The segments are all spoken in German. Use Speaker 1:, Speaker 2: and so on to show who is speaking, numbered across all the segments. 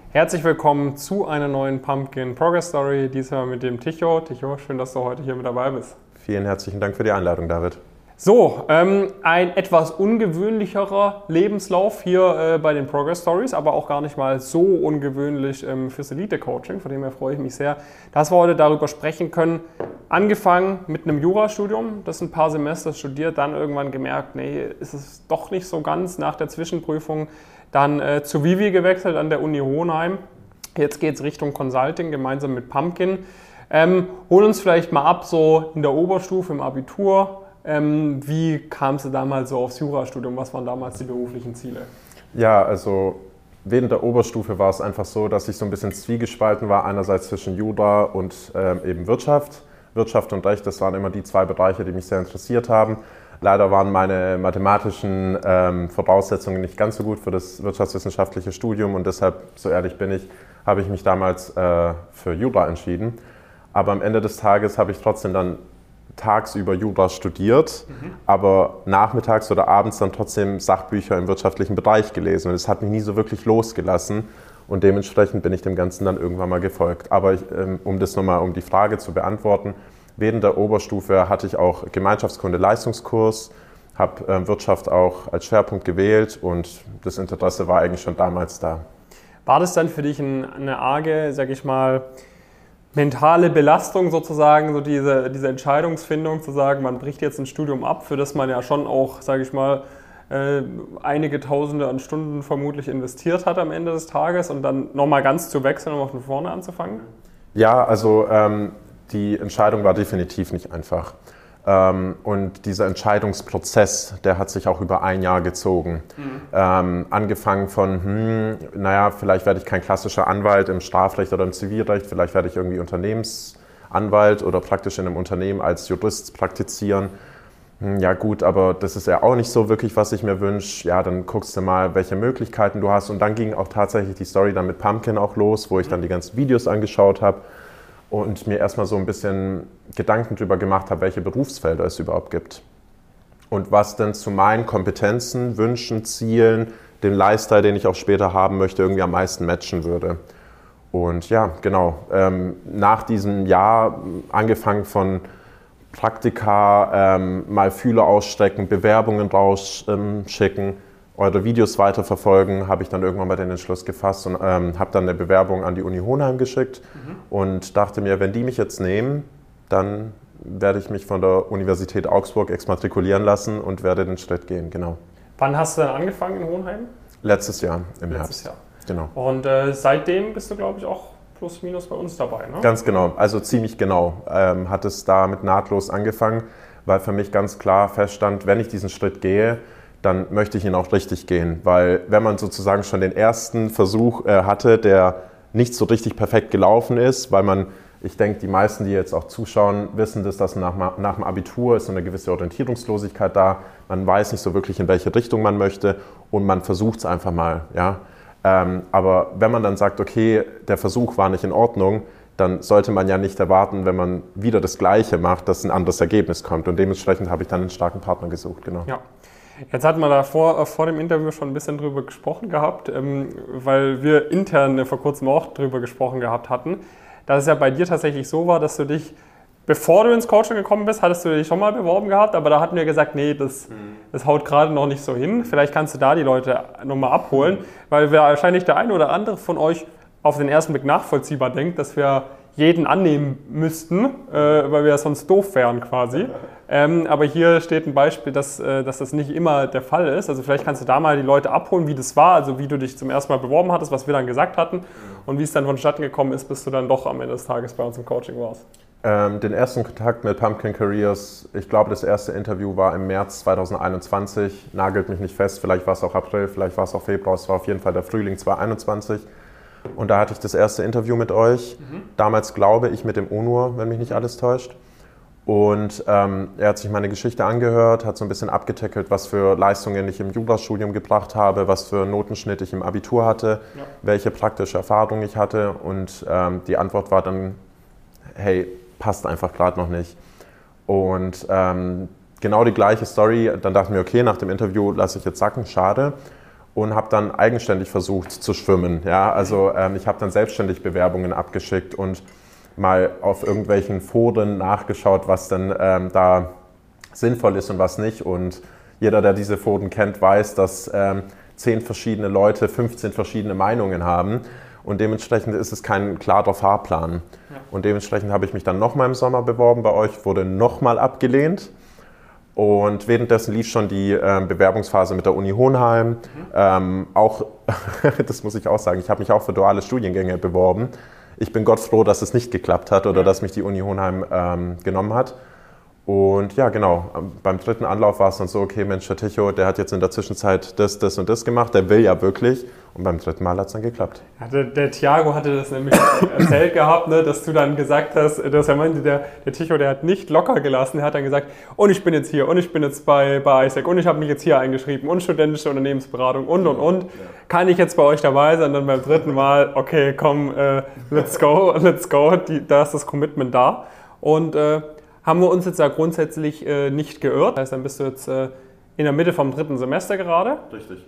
Speaker 1: Herzlich willkommen zu einer neuen Pumpkin Progress Story, diesmal mit dem Ticho. Ticho, schön, dass du heute hier mit dabei bist.
Speaker 2: Vielen herzlichen Dank für die Einladung, David.
Speaker 1: So, ein etwas ungewöhnlicherer Lebenslauf hier bei den Progress Stories, aber auch gar nicht mal so ungewöhnlich fürs Elite-Coaching, von dem her freue ich mich sehr, dass wir heute darüber sprechen können. Angefangen mit einem Jurastudium, das ein paar Semester studiert, dann irgendwann gemerkt, nee, ist es doch nicht so ganz nach der Zwischenprüfung, dann zu Vivi gewechselt an der Uni Hohenheim. Jetzt geht es Richtung Consulting gemeinsam mit Pumpkin. Hol uns vielleicht mal ab, so in der Oberstufe im Abitur. Wie kamst du damals so aufs Jurastudium? Was waren damals die beruflichen Ziele?
Speaker 2: Ja, also während der Oberstufe war es einfach so, dass ich so ein bisschen zwiegespalten war. Einerseits zwischen Jura und eben Wirtschaft. Wirtschaft und Recht, das waren immer die zwei Bereiche, die mich sehr interessiert haben. Leider waren meine mathematischen Voraussetzungen nicht ganz so gut für das wirtschaftswissenschaftliche Studium und deshalb, so ehrlich bin ich, habe ich mich damals für Jura entschieden. Aber am Ende des Tages habe ich trotzdem dann tagsüber Jura studiert, aber nachmittags oder abends dann trotzdem Sachbücher im wirtschaftlichen Bereich gelesen. Und es hat mich nie so wirklich losgelassen und dementsprechend bin ich dem Ganzen dann irgendwann mal gefolgt. Aber um die Frage zu beantworten, während der Oberstufe hatte ich auch Gemeinschaftskunde-Leistungskurs, habe Wirtschaft auch als Schwerpunkt gewählt und das Interesse war eigentlich schon damals da.
Speaker 1: War das dann für dich eine arge, sag ich mal, mentale Belastung sozusagen, so diese Entscheidungsfindung zu sagen, man bricht jetzt ein Studium ab, für das man ja schon auch, sage ich mal, einige Tausende an Stunden vermutlich investiert hat am Ende des Tages und dann nochmal ganz zu wechseln, um von vorne anzufangen? Ja,
Speaker 2: also die Entscheidung war definitiv nicht einfach. Und dieser Entscheidungsprozess, der hat sich auch über ein Jahr gezogen. Angefangen von, vielleicht werde ich kein klassischer Anwalt im Strafrecht oder im Zivilrecht, vielleicht werde ich irgendwie Unternehmensanwalt oder praktisch in einem Unternehmen als Jurist praktizieren. Ja gut, aber das ist ja auch nicht so wirklich, was ich mir wünsche. Ja, dann guckst du mal, welche Möglichkeiten du hast. Und dann ging auch tatsächlich die Story dann mit Pumpkin auch los, wo ich dann die ganzen Videos angeschaut habe und mir erstmal so ein bisschen Gedanken darüber gemacht habe, welche Berufsfelder es überhaupt gibt. Und was denn zu meinen Kompetenzen, Wünschen, Zielen, dem Lifestyle, den ich auch später haben möchte, irgendwie am meisten matchen würde. Und ja, genau, nach diesem Jahr, angefangen von Praktika, mal Fühler ausstrecken, Bewerbungen rausschicken, eure Videos weiterverfolgen, habe ich dann irgendwann mal den Entschluss gefasst und habe dann eine Bewerbung an die Uni Hohenheim geschickt und dachte mir, wenn die mich jetzt nehmen, dann werde ich mich von der Universität Augsburg exmatrikulieren lassen und werde den Schritt gehen, genau.
Speaker 1: Wann hast du dann angefangen in Hohenheim?
Speaker 2: Letztes Jahr, im Herbst. Jahr. Genau.
Speaker 1: Und seitdem bist du, glaube ich, auch plus minus bei uns dabei, ne?
Speaker 2: Ganz genau, also ziemlich genau. Hat es damit nahtlos angefangen, weil für mich ganz klar feststand, wenn ich diesen Schritt gehe, dann möchte ich ihn auch richtig gehen. Weil wenn man sozusagen schon den ersten Versuch hatte, der nicht so richtig perfekt gelaufen ist, weil ich denke, die meisten, die jetzt auch zuschauen, wissen dass nach dem Abitur ist so eine gewisse Orientierungslosigkeit da. Man weiß nicht so wirklich, in welche Richtung man möchte und man versucht es einfach mal. Ja? Aber wenn man dann sagt, okay, der Versuch war nicht in Ordnung, dann sollte man ja nicht erwarten, wenn man wieder das Gleiche macht, dass ein anderes Ergebnis kommt. Und dementsprechend habe ich dann einen starken Partner gesucht. Genau.
Speaker 1: Ja. Jetzt hatten wir da vor dem Interview schon ein bisschen drüber gesprochen gehabt, weil wir intern vor kurzem auch drüber gesprochen gehabt hatten, dass es ja bei dir tatsächlich so war, dass du dich, bevor du ins Coaching gekommen bist, hattest du dich schon mal beworben gehabt, aber da hatten wir gesagt, nee, das haut gerade noch nicht so hin. Vielleicht kannst du da die Leute nochmal abholen, weil wahrscheinlich der eine oder andere von euch auf den ersten Blick nachvollziehbar denkt, dass wir jeden annehmen müssten, weil wir sonst doof wären quasi. Aber hier steht ein Beispiel, dass das nicht immer der Fall ist. Also vielleicht kannst du da mal die Leute abholen, wie das war, also wie du dich zum ersten Mal beworben hattest, was wir dann gesagt hatten und wie es dann vonstatten gekommen ist, bis du dann doch am Ende des Tages bei uns im Coaching warst.
Speaker 2: Den ersten Kontakt mit Pumpkin Careers, ich glaube, das erste Interview war im März 2021, nagelt mich nicht fest, vielleicht war es auch April, vielleicht war es auch Februar, es war auf jeden Fall der Frühling 2021. Und da hatte ich das erste Interview mit euch, damals glaube ich mit dem Onur, wenn mich nicht alles täuscht. Und er hat sich meine Geschichte angehört, hat so ein bisschen abgetackelt, was für Leistungen ich im Jurastudium gebracht habe, was für Notenschnitt ich im Abitur hatte, welche praktische Erfahrung ich hatte. Und die Antwort war dann, hey, passt einfach gerade noch nicht. Und genau die gleiche Story, dann dachten wir, okay, nach dem Interview lasse ich jetzt sacken, schade. und habe dann eigenständig versucht zu schwimmen. Ja? Also ich habe dann selbstständig Bewerbungen abgeschickt und mal auf irgendwelchen Foren nachgeschaut, was dann da sinnvoll ist und was nicht. Und jeder, der diese Foren kennt, weiß, dass 10 verschiedene Leute 15 verschiedene Meinungen haben. Und dementsprechend ist es kein klarer Fahrplan. Ja. Und dementsprechend habe ich mich dann nochmal im Sommer beworben bei euch, wurde nochmal abgelehnt. Und währenddessen lief schon die Bewerbungsphase mit der Uni Hohenheim. Auch, das muss ich auch sagen, ich habe mich auch für duale Studiengänge beworben. Ich bin Gott froh, dass es nicht geklappt hat oder dass mich die Uni Hohenheim genommen hat. Und ja, genau, beim 3. Anlauf war es dann so, okay, Mensch, der Tycho, der hat jetzt in der Zwischenzeit das und das gemacht, der will ja wirklich. Und beim 3. Mal hat es dann geklappt.
Speaker 1: Ja, der Thiago hatte das nämlich erzählt gehabt, ne, dass du dann gesagt hast, dass er meinte, der Tycho, der hat nicht locker gelassen, er hat dann gesagt, und ich bin jetzt hier, und ich bin jetzt bei ISAC, und ich habe mich jetzt hier eingeschrieben, und studentische Unternehmensberatung, und. Ja. Kann ich jetzt bei euch dabei sein? Und dann beim 3. Mal, okay, komm, let's go, da ist das Commitment da. Und haben wir uns jetzt ja grundsätzlich nicht geirrt. Das heißt, dann bist du jetzt in der Mitte vom 3. Semester gerade.
Speaker 2: Richtig.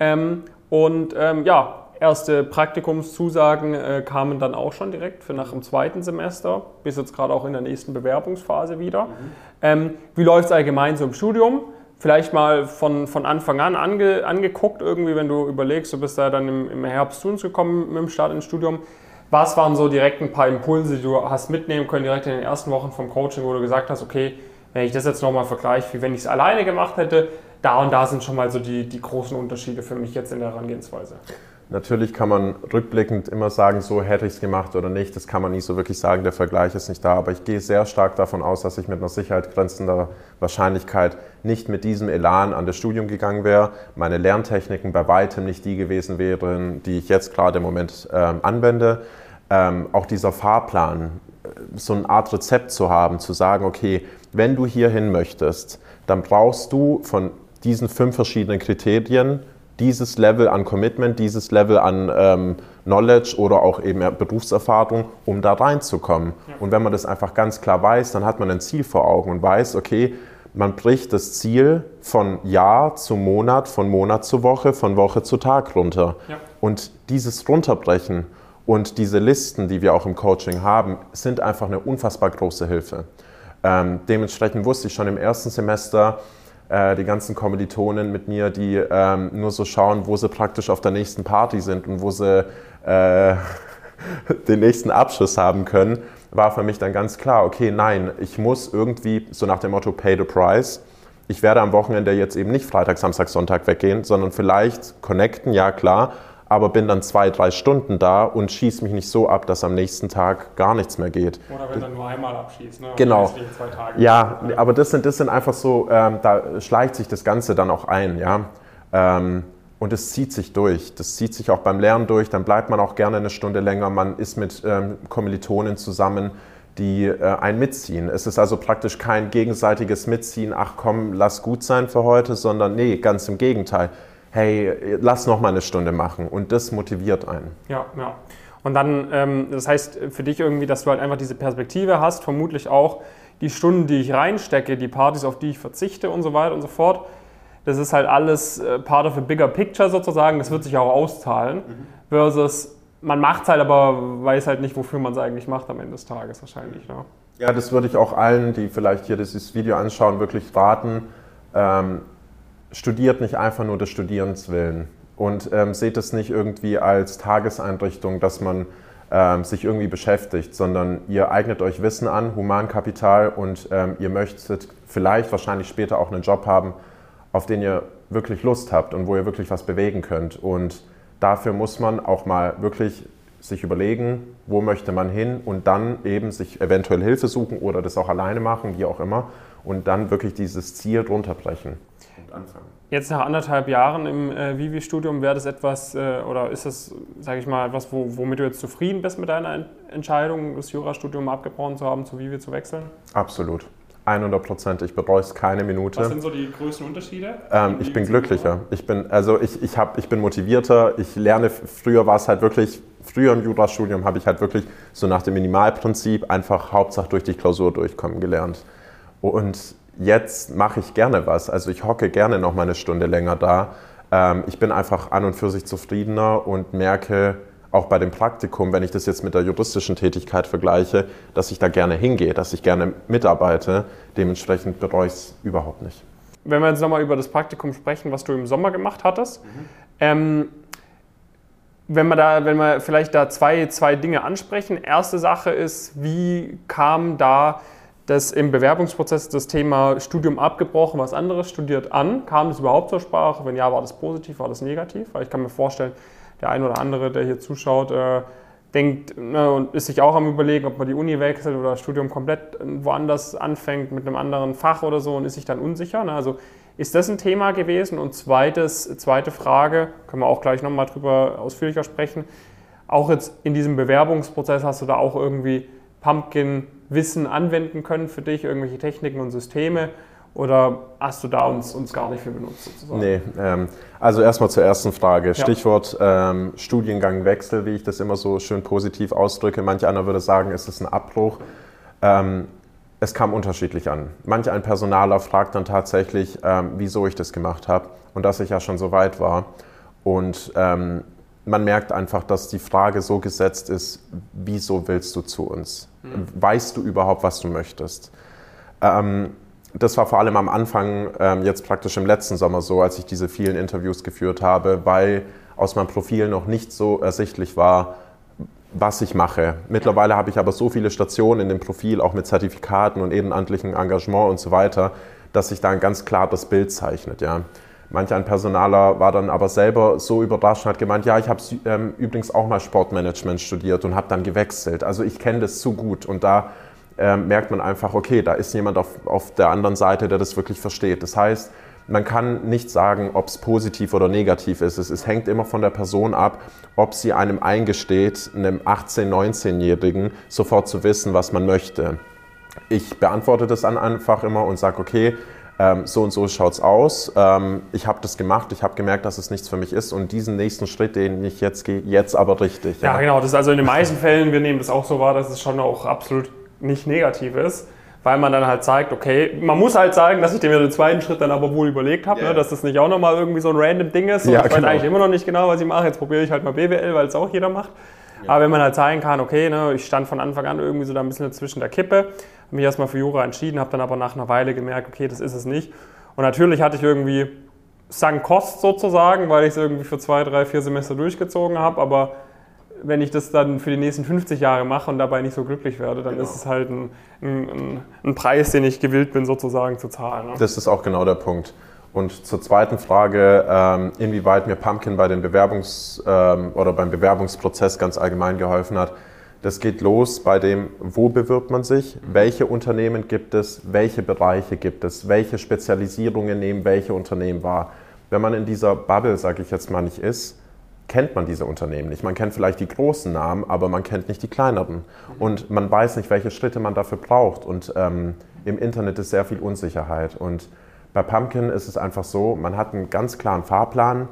Speaker 1: Erste Praktikumszusagen kamen dann auch schon direkt für nach dem 2. Semester. Bist jetzt gerade auch in der nächsten Bewerbungsphase wieder. Wie läuft es allgemein so im Studium? Vielleicht mal von Anfang an angeguckt, irgendwie, wenn du überlegst, du bist da dann im Herbst zu uns gekommen mit dem Start ins Studium. Was waren so direkt ein paar Impulse, die du hast mitnehmen können, direkt in den ersten Wochen vom Coaching, wo du gesagt hast, okay, wenn ich das jetzt nochmal vergleiche, wie wenn ich es alleine gemacht hätte, da und da sind schon mal so die großen Unterschiede für mich jetzt in der Herangehensweise.
Speaker 2: Natürlich kann man rückblickend immer sagen, so hätte ich es gemacht oder nicht. Das kann man nicht so wirklich sagen, der Vergleich ist nicht da. Aber ich gehe sehr stark davon aus, dass ich mit einer sicherheitsgrenzender Wahrscheinlichkeit nicht mit diesem Elan an das Studium gegangen wäre. Meine Lerntechniken bei weitem nicht die gewesen wären, die ich jetzt gerade im Moment anwende. Auch dieser Fahrplan, so eine Art Rezept zu haben, zu sagen, okay, wenn du hierhin möchtest, dann brauchst du von diesen 5 verschiedenen Kriterien dieses Level an Commitment, dieses Level an Knowledge oder auch eben Berufserfahrung, um da reinzukommen. Ja. Und wenn man das einfach ganz klar weiß, dann hat man ein Ziel vor Augen und weiß, okay, man bricht das Ziel von Jahr zu Monat, von Monat zu Woche, von Woche zu Tag runter. Ja. Und dieses Runterbrechen und diese Listen, die wir auch im Coaching haben, sind einfach eine unfassbar große Hilfe. Dementsprechend wusste ich schon im ersten Semester, die ganzen Kommilitonen mit mir, die nur so schauen, wo sie praktisch auf der nächsten Party sind und wo sie den nächsten Abschluss haben können, war für mich dann ganz klar, okay, nein, ich muss irgendwie, so nach dem Motto Pay the Price, ich werde am Wochenende jetzt eben nicht Freitag, Samstag, Sonntag weggehen, sondern vielleicht connecten, ja klar, aber bin dann 2-3 Stunden da und schieße mich nicht so ab, dass am nächsten Tag gar nichts mehr geht.
Speaker 1: Oder wenn dann nur einmal abschießt, ne?
Speaker 2: Genau.
Speaker 1: 2 Tage.
Speaker 2: Ja, aber das sind einfach so, da schleicht sich das Ganze dann auch ein, ja. Und es zieht sich durch. Das zieht sich auch beim Lernen durch. Dann bleibt man auch gerne eine Stunde länger. Man ist mit Kommilitonen zusammen, die einen mitziehen. Es ist also praktisch kein gegenseitiges Mitziehen, ach komm, lass gut sein für heute, sondern nee, ganz im Gegenteil. Hey, lass noch mal eine Stunde machen und das motiviert einen.
Speaker 1: Ja. Und dann, das heißt für dich irgendwie, dass du halt einfach diese Perspektive hast, vermutlich auch die Stunden, die ich reinstecke, die Partys, auf die ich verzichte und so weiter und so fort. Das ist halt alles part of a bigger picture sozusagen, das wird sich auch auszahlen. Versus, man macht es halt, aber weiß halt nicht, wofür man es eigentlich macht am Ende des Tages wahrscheinlich. Ne?
Speaker 2: Ja, das würde ich auch allen, die vielleicht hier dieses Video anschauen, wirklich raten. Studiert nicht einfach nur des Studierens willen und seht es nicht irgendwie als Tageseinrichtung, dass man sich irgendwie beschäftigt, sondern ihr eignet euch Wissen an, Humankapital und ihr möchtet vielleicht wahrscheinlich später auch einen Job haben, auf den ihr wirklich Lust habt und wo ihr wirklich was bewegen könnt. Und dafür muss man auch mal wirklich sich überlegen, wo möchte man hin und dann eben sich eventuell Hilfe suchen oder das auch alleine machen, wie auch immer, und dann wirklich dieses Ziel runterbrechen und anfangen.
Speaker 1: Jetzt nach 1,5 Jahren im Vivi-Studium, wäre das etwas, oder ist das, sage ich mal, etwas, womit du jetzt zufrieden bist mit deiner Entscheidung, das Jurastudium abgebrochen zu haben, zu Vivi zu wechseln?
Speaker 2: Absolut. 100%. Ich bereue es keine Minute.
Speaker 1: Was sind so die größten Unterschiede?
Speaker 2: Ich bin glücklicher. Ich bin motivierter. Ich lerne, früher war es halt wirklich, früher im Jurastudium habe ich halt wirklich so nach dem Minimalprinzip einfach Hauptsache durch die Klausur durchkommen gelernt. Und jetzt mache ich gerne was. Also ich hocke gerne noch mal eine Stunde länger da. Ich bin einfach an und für sich zufriedener und merke auch bei dem Praktikum, wenn ich das jetzt mit der juristischen Tätigkeit vergleiche, dass ich da gerne hingehe, dass ich gerne mitarbeite. Dementsprechend bereue ich es überhaupt nicht.
Speaker 1: Wenn wir jetzt nochmal über das Praktikum sprechen, was du im Sommer gemacht hattest, wenn wir vielleicht da zwei Dinge ansprechen. Erste Sache ist, wie kam da das im Bewerbungsprozess das Thema Studium abgebrochen, was anderes studiert an? Kam das überhaupt zur Sprache? Wenn ja, war das positiv, war das negativ? Weil ich kann mir vorstellen, der ein oder andere, der hier zuschaut, denkt und ist sich auch am Überlegen, ob man die Uni wechselt oder das Studium komplett woanders anfängt mit einem anderen Fach oder so und ist sich dann unsicher. Also ist das ein Thema gewesen? Und zweite Frage, können wir auch gleich nochmal drüber ausführlicher sprechen, auch jetzt in diesem Bewerbungsprozess hast du da auch irgendwie Pumpkin-Wissen anwenden können für dich, irgendwelche Techniken und Systeme? Oder hast du da uns gar nicht für benutzt sozusagen?
Speaker 2: Nee, also erstmal zur ersten Frage. Stichwort Studiengangwechsel, wie ich das immer so schön positiv ausdrücke. Manch einer würde sagen, es ist ein Abbruch. Es kam unterschiedlich an. Manch ein Personaler fragt dann tatsächlich, wieso ich das gemacht habe und dass ich ja schon so weit war. Und man merkt einfach, dass die Frage so gesetzt ist, wieso willst du zu uns? Weißt du überhaupt, was du möchtest? Das war vor allem am Anfang, jetzt praktisch im letzten Sommer so, als ich diese vielen Interviews geführt habe, weil aus meinem Profil noch nicht so ersichtlich war, was ich mache. Mittlerweile habe ich aber so viele Stationen in dem Profil, auch mit Zertifikaten und ehrenamtlichen Engagement und so weiter, dass sich da ein ganz klares Bild zeichnet. Ja. Manch ein Personaler war dann aber selber so überrascht und hat gemeint, ja, ich habe übrigens auch mal Sportmanagement studiert und habe dann gewechselt. Also ich kenne das so gut und da merkt man einfach, okay, da ist jemand auf der anderen Seite, der das wirklich versteht. Das heißt, man kann nicht sagen, ob es positiv oder negativ ist. Es hängt immer von der Person ab, ob sie einem eingesteht, einem 18-, 19-Jährigen sofort zu wissen, was man möchte. Ich beantworte das dann einfach immer und sage, okay, so und so schaut es aus. Ich habe das gemacht, ich habe gemerkt, dass es nichts für mich ist und diesen nächsten Schritt, den ich jetzt gehe, jetzt aber richtig.
Speaker 1: Ja, genau. Das ist also in den meisten Fällen, wir nehmen das auch so wahr, dass es schon auch absolut nicht negativ ist, weil man dann halt zeigt, okay, man muss halt zeigen, dass ich mir den zweiten Schritt dann aber wohl überlegt habe, ne, dass das nicht auch nochmal irgendwie so ein random Ding ist. Und ich weiß eigentlich immer noch nicht genau, was ich mache. Jetzt probiere ich halt mal BWL, weil es auch jeder macht. Ja. Aber wenn man halt zeigen kann, okay, ne, ich stand von Anfang an irgendwie so da ein bisschen zwischen der Kippe, habe mich erstmal für Jura entschieden, habe dann aber nach einer Weile gemerkt, okay, das ist es nicht. Und natürlich hatte ich irgendwie sunk Cost sozusagen, weil ich es irgendwie für 2, 3, 4 Semester durchgezogen habe, aber wenn ich das dann für die nächsten 50 Jahre mache und dabei nicht so glücklich werde, dann ist es halt ein Preis, den ich gewillt bin sozusagen zu zahlen. Ne?
Speaker 2: Das ist auch genau der Punkt. Und zur zweiten Frage, inwieweit mir Pumpkin bei den beim Bewerbungsprozess ganz allgemein geholfen hat. Das geht los bei dem, wo bewirbt man sich, welche Unternehmen gibt es, welche Bereiche gibt es, welche Spezialisierungen nehmen welche Unternehmen wahr. Wenn man in dieser Bubble, sage ich jetzt mal, nicht ist, kennt man diese Unternehmen nicht. Man kennt vielleicht die großen Namen, aber man kennt nicht die kleineren. Und man weiß nicht, welche Schritte man dafür braucht. Und im Internet ist sehr viel Unsicherheit. Und bei Pumpkin ist es einfach so, man hat einen ganz klaren Fahrplan.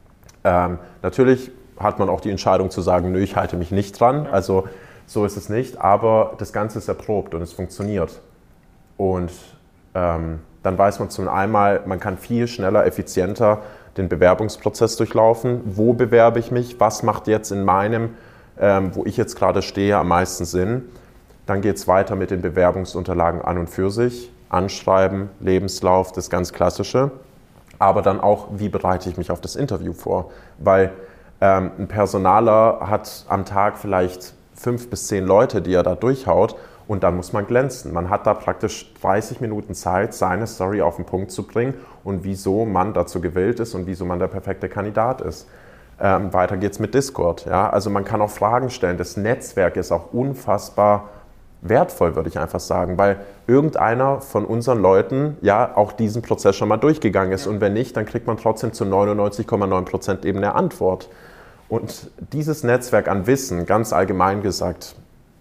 Speaker 2: Natürlich hat man auch die Entscheidung zu sagen, nö, ich halte mich nicht dran. Also so ist es nicht. Aber das Ganze ist erprobt und es funktioniert. Und dann weiß man zum einen, man kann viel schneller, effizienter den Bewerbungsprozess durchlaufen. Wo bewerbe ich mich? Was macht jetzt in meinem, wo ich jetzt gerade stehe, am meisten Sinn? Dann geht es weiter mit den Bewerbungsunterlagen an und für sich. Anschreiben, Lebenslauf, das ganz Klassische. Aber dann auch, wie bereite ich mich auf das Interview vor? Weil ein Personaler hat am Tag vielleicht 5 bis 10 Leute, die er da durchhaut. Und dann muss man glänzen. Man hat da praktisch 30 Minuten Zeit, seine Story auf den Punkt zu bringen und wieso man dazu gewillt ist und wieso man der perfekte Kandidat ist. Weiter geht's mit Discord. Ja? Also man kann auch Fragen stellen. Das Netzwerk ist auch unfassbar wertvoll, würde ich einfach sagen, weil irgendeiner von unseren Leuten ja auch diesen Prozess schon mal durchgegangen ist. Und wenn nicht, dann kriegt man trotzdem zu 99,9% eben eine Antwort. Und dieses Netzwerk an Wissen, ganz allgemein gesagt,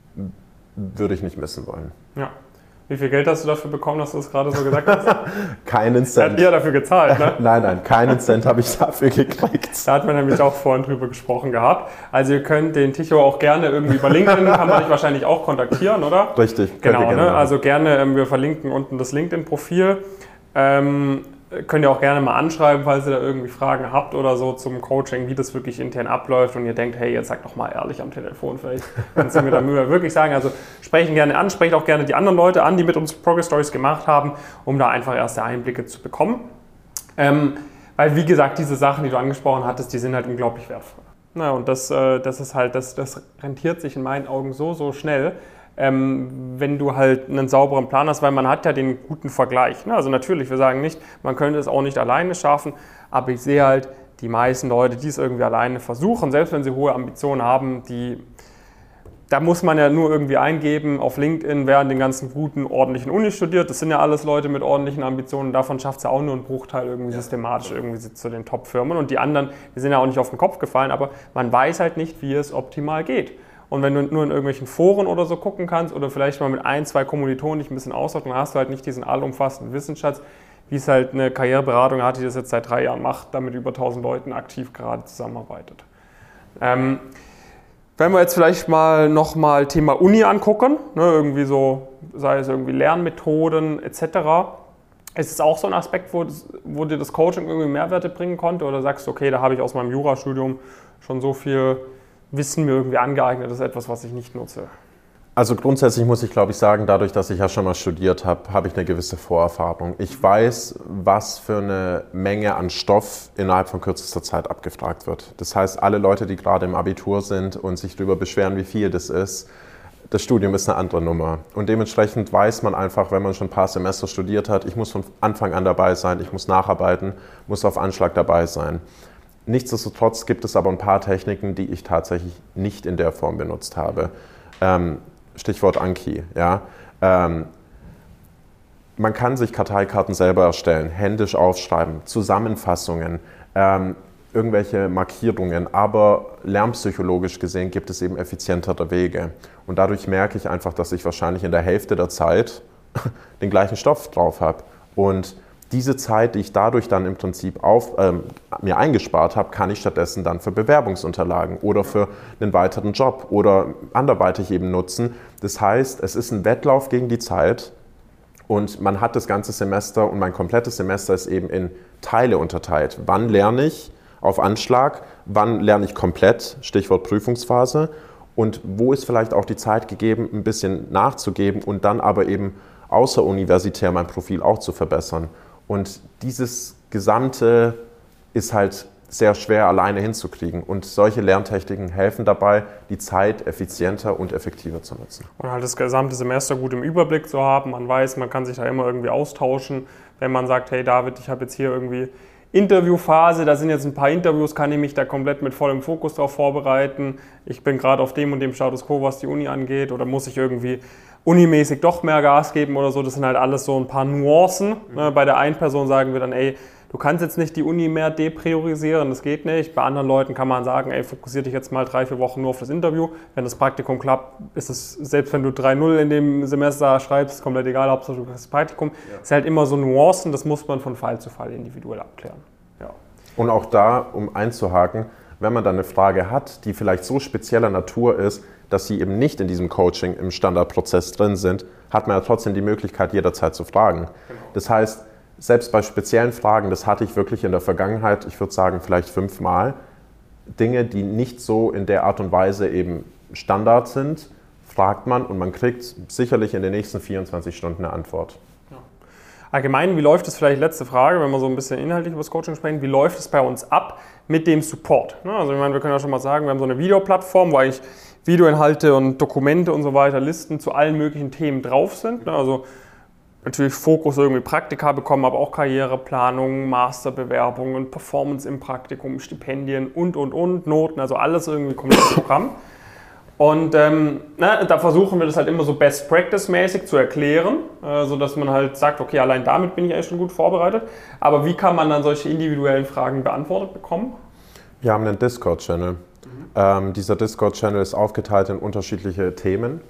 Speaker 2: würde ich nicht missen wollen.
Speaker 1: Ja. Wie viel Geld hast du dafür bekommen, dass du das gerade so gesagt hast?
Speaker 2: Keinen Cent.
Speaker 1: Hat ihr dafür gezahlt, ne?
Speaker 2: Nein, keinen Cent habe ich dafür gekriegt.
Speaker 1: Da hat man nämlich auch vorhin drüber gesprochen gehabt. Also ihr könnt den Tycho auch gerne irgendwie über LinkedIn, kann man dich wahrscheinlich auch kontaktieren, oder?
Speaker 2: Richtig.
Speaker 1: Genau, ne? Also gerne, wir verlinken unten das LinkedIn-Profil. könnt ihr auch gerne mal anschreiben, falls ihr da irgendwie Fragen habt oder so zum Coaching, wie das wirklich intern abläuft und ihr denkt, hey, jetzt sagt doch mal ehrlich am Telefon, vielleicht kannst du mir da Mühe wirklich sagen. Also sprechen gerne an, sprecht auch gerne die anderen Leute an, die mit uns Progress Stories gemacht haben, um da einfach erste Einblicke zu bekommen. Weil, wie gesagt, diese Sachen, die du angesprochen hattest, die sind halt unglaublich wertvoll. Na, und das ist halt, das rentiert sich in meinen Augen so schnell, wenn du halt einen sauberen Plan hast, weil man hat ja den guten Vergleich. Ne? Also natürlich, wir sagen nicht, man könnte es auch nicht alleine schaffen, aber ich sehe halt die meisten Leute, die es irgendwie alleine versuchen, selbst wenn sie hohe Ambitionen haben, da muss man ja nur irgendwie eingeben auf LinkedIn, wer an den ganzen guten, ordentlichen Uni studiert. Das sind ja alles Leute mit ordentlichen Ambitionen. Davon schafft es ja auch nur einen Bruchteil irgendwie systematisch irgendwie zu den Top-Firmen. Und die anderen, die sind ja auch nicht auf den Kopf gefallen, aber man weiß halt nicht, wie es optimal geht. Und wenn du nur in irgendwelchen Foren oder so gucken kannst oder vielleicht mal mit 1, 2 Kommilitonen dich ein bisschen austauschst, dann hast du halt nicht diesen allumfassenden Wissensschatz, wie es halt eine Karriereberatung hat, die das jetzt seit 3 Jahren macht, damit über 1000 Leuten aktiv gerade zusammenarbeitet. Wenn wir jetzt vielleicht nochmal Thema Uni angucken, ne, irgendwie so, sei es irgendwie Lernmethoden etc., ist es auch so ein Aspekt, wo dir das Coaching irgendwie Mehrwerte bringen konnte oder sagst du, okay, da habe ich aus meinem Jurastudium schon so viel Wissen mir irgendwie angeeignet, das ist etwas, was ich nicht nutze?
Speaker 2: Also grundsätzlich muss ich, glaube ich, sagen, dadurch, dass ich ja schon mal studiert habe, habe ich eine gewisse Vorerfahrung. Ich weiß, was für eine Menge an Stoff innerhalb von kürzester Zeit abgefragt wird. Das heißt, alle Leute, die gerade im Abitur sind und sich darüber beschweren, wie viel das Studium ist eine andere Nummer. Und dementsprechend weiß man einfach, wenn man schon ein paar Semester studiert hat, ich muss von Anfang an dabei sein, ich muss nacharbeiten, muss auf Anschlag dabei sein. Nichtsdestotrotz gibt es aber ein paar Techniken, die ich tatsächlich nicht in der Form benutzt habe. Stichwort Anki. Ja? Man kann sich Karteikarten selber erstellen, händisch aufschreiben, Zusammenfassungen, irgendwelche Markierungen, aber lernpsychologisch gesehen gibt es eben effizientere Wege. Und dadurch merke ich einfach, dass ich wahrscheinlich in der Hälfte der Zeit den gleichen Stoff drauf habe. Und diese Zeit, die ich dadurch dann im Prinzip mir eingespart habe, kann ich stattdessen dann für Bewerbungsunterlagen oder für einen weiteren Job oder anderweitig eben nutzen. Das heißt, es ist ein Wettlauf gegen die Zeit und man hat das ganze Semester und mein komplettes Semester ist eben in Teile unterteilt. Wann lerne ich auf Anschlag, wann lerne ich komplett, Stichwort Prüfungsphase, und wo ist vielleicht auch die Zeit gegeben, ein bisschen nachzugeben und dann aber eben außeruniversitär mein Profil auch zu verbessern. Und dieses Gesamte ist halt sehr schwer alleine hinzukriegen. Und solche Lerntechniken helfen dabei, die Zeit effizienter und effektiver zu nutzen.
Speaker 1: Und halt das gesamte Semester gut im Überblick zu haben. Man weiß, man kann sich da immer irgendwie austauschen. Wenn man sagt, hey David, ich habe jetzt hier irgendwie Interviewphase, da sind jetzt ein paar Interviews, kann ich mich da komplett mit vollem Fokus drauf vorbereiten. Ich bin gerade auf dem und dem Status Quo, was die Uni angeht, oder muss ich irgendwie unimäßig doch mehr Gas geben oder so. Das sind halt alles so ein paar Nuancen. Bei der einen Person sagen wir dann, ey, du kannst jetzt nicht die Uni mehr depriorisieren, das geht nicht. Bei anderen Leuten kann man sagen, ey, fokussier dich jetzt mal 3-4 Wochen nur auf das Interview. Wenn das Praktikum klappt, ist es, selbst wenn du 3-0 in dem Semester schreibst, ist komplett egal, Hauptsache du hast das Praktikum. Ja. Ist halt immer so Nuancen, das muss man von Fall zu Fall individuell abklären. Ja.
Speaker 2: Und auch da, um einzuhaken, wenn man dann eine Frage hat, die vielleicht so spezieller Natur ist, dass sie eben nicht in diesem Coaching im Standardprozess drin sind, hat man ja trotzdem die Möglichkeit, jederzeit zu fragen. Genau. Das heißt, selbst bei speziellen Fragen, das hatte ich wirklich in der Vergangenheit, ich würde sagen vielleicht 5-mal, Dinge, die nicht so in der Art und Weise eben Standard sind, fragt man und man kriegt sicherlich in den nächsten 24 Stunden eine Antwort.
Speaker 1: Allgemein, wie läuft es, vielleicht letzte Frage, wenn wir so ein bisschen inhaltlich über das Coaching sprechen, wie läuft es bei uns ab mit dem Support? Also ich meine, wir können ja schon mal sagen, wir haben so eine Videoplattform, wo eigentlich Videoinhalte und Dokumente und so weiter, Listen zu allen möglichen Themen drauf sind. Also natürlich Fokus irgendwie Praktika bekommen, aber auch Karriereplanung, Masterbewerbungen, Performance im Praktikum, Stipendien und, Noten, also alles irgendwie komplettes Programm. Und da versuchen wir das halt immer so Best-Practice-mäßig zu erklären, sodass man halt sagt, okay, allein damit bin ich eigentlich schon gut vorbereitet. Aber wie kann man dann solche individuellen Fragen beantwortet bekommen?
Speaker 2: Wir haben einen Discord-Channel. Dieser Discord-Channel ist aufgeteilt in unterschiedliche Themen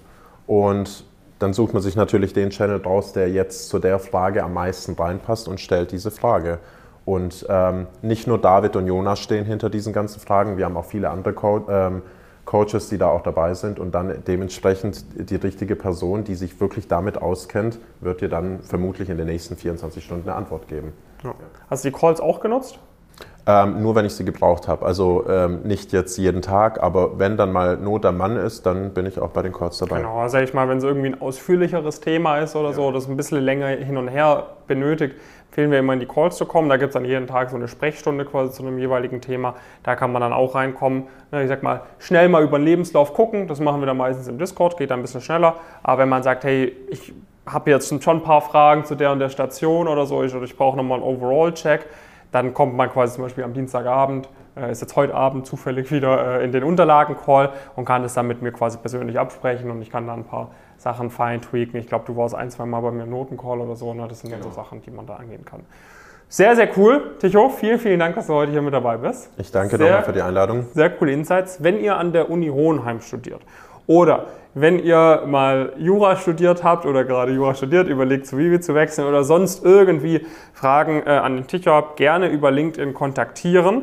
Speaker 2: und dann sucht man sich natürlich den Channel raus, der jetzt zu der Frage am meisten reinpasst und stellt diese Frage. Und nicht nur David und Jonas stehen hinter diesen ganzen Fragen, wir haben auch viele andere Coaches, die da auch dabei sind und dann dementsprechend die richtige Person, die sich wirklich damit auskennt, wird dir dann vermutlich in den nächsten 24 Stunden eine Antwort geben.
Speaker 1: Ja. Hast du die Calls auch genutzt?
Speaker 2: Nur wenn ich sie gebraucht habe. Also nicht jetzt jeden Tag, aber wenn dann mal Not am Mann ist, dann bin ich auch bei den Calls dabei.
Speaker 1: Genau, sag ich mal, wenn es irgendwie ein ausführlicheres Thema ist oder so, das ein bisschen länger hin und her benötigt, empfehlen wir immer in die Calls zu kommen. Da gibt es dann jeden Tag so eine Sprechstunde quasi zu einem jeweiligen Thema. Da kann man dann auch reinkommen. Ich sag mal, schnell mal über den Lebenslauf gucken. Das machen wir dann meistens im Discord, geht dann ein bisschen schneller. Aber wenn man sagt, hey, ich habe jetzt schon ein paar Fragen zu der und der Station oder so, ich brauche nochmal einen Overall-Check, dann kommt man quasi zum Beispiel am Dienstagabend, ist jetzt heute Abend zufällig wieder in den Unterlagen-Call und kann das dann mit mir quasi persönlich absprechen und ich kann dann ein paar Sachen fine-tweaken. Ich glaube, du warst 1-2 Mal bei mir im Noten-Call oder so, ne? Das sind dann so Sachen, die man da angehen kann. Sehr, sehr cool. Tycho, vielen, vielen Dank, dass du heute hier mit dabei bist.
Speaker 2: Ich danke nochmal für die Einladung.
Speaker 1: Sehr coole Insights. Wenn ihr an der Uni Hohenheim studiert oder wenn ihr mal Jura studiert habt oder gerade Jura studiert, überlegt, zu Vivi zu wechseln oder sonst irgendwie Fragen an den Tycho habt, gerne über LinkedIn kontaktieren.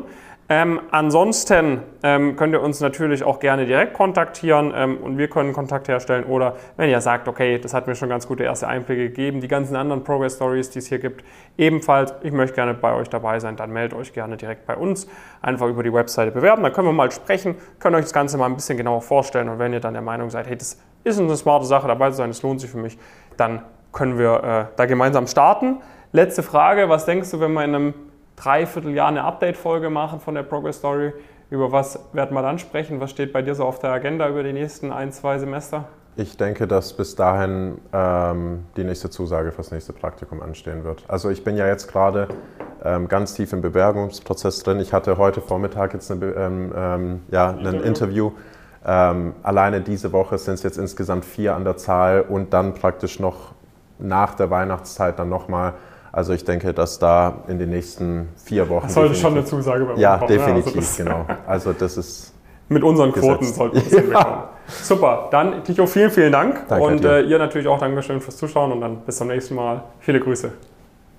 Speaker 1: Ansonsten könnt ihr uns natürlich auch gerne direkt kontaktieren und wir können Kontakt herstellen oder wenn ihr sagt, okay, das hat mir schon ganz gute erste Einblicke gegeben, die ganzen anderen Progress Stories, die es hier gibt, ebenfalls, ich möchte gerne bei euch dabei sein, dann meldet euch gerne direkt bei uns, einfach über die Webseite bewerben, dann können wir mal sprechen, können euch das Ganze mal ein bisschen genauer vorstellen und wenn ihr dann der Meinung seid, hey, das ist eine smarte Sache, dabei zu sein, das lohnt sich für mich, dann können wir da gemeinsam starten. Letzte Frage, was denkst du, wenn wir in einem Dreivierteljahr eine Update-Folge machen von der Progress Story. Über was werden wir dann sprechen? Was steht bei dir so auf der Agenda über die nächsten 1-2 Semester?
Speaker 2: Ich denke, dass bis dahin die nächste Zusage für das nächste Praktikum anstehen wird. Also ich bin ja jetzt gerade ganz tief im Bewerbungsprozess drin. Ich hatte heute Vormittag jetzt ein Interview. Alleine diese Woche sind es jetzt insgesamt 4 an der Zahl und dann praktisch noch nach der Weihnachtszeit dann nochmal. Also ich denke, dass da in den nächsten 4 Wochen...
Speaker 1: Das sollte schon eine Zusage bei uns
Speaker 2: kommen.
Speaker 1: Ja,
Speaker 2: definitiv, also genau. Also das ist...
Speaker 1: Mit unseren Quoten sollten wir das hinbekommen. Super, dann Tycho, vielen, vielen Dank.
Speaker 2: Danke
Speaker 1: und ihr natürlich auch Dankeschön fürs Zuschauen und dann bis zum nächsten Mal. Viele Grüße.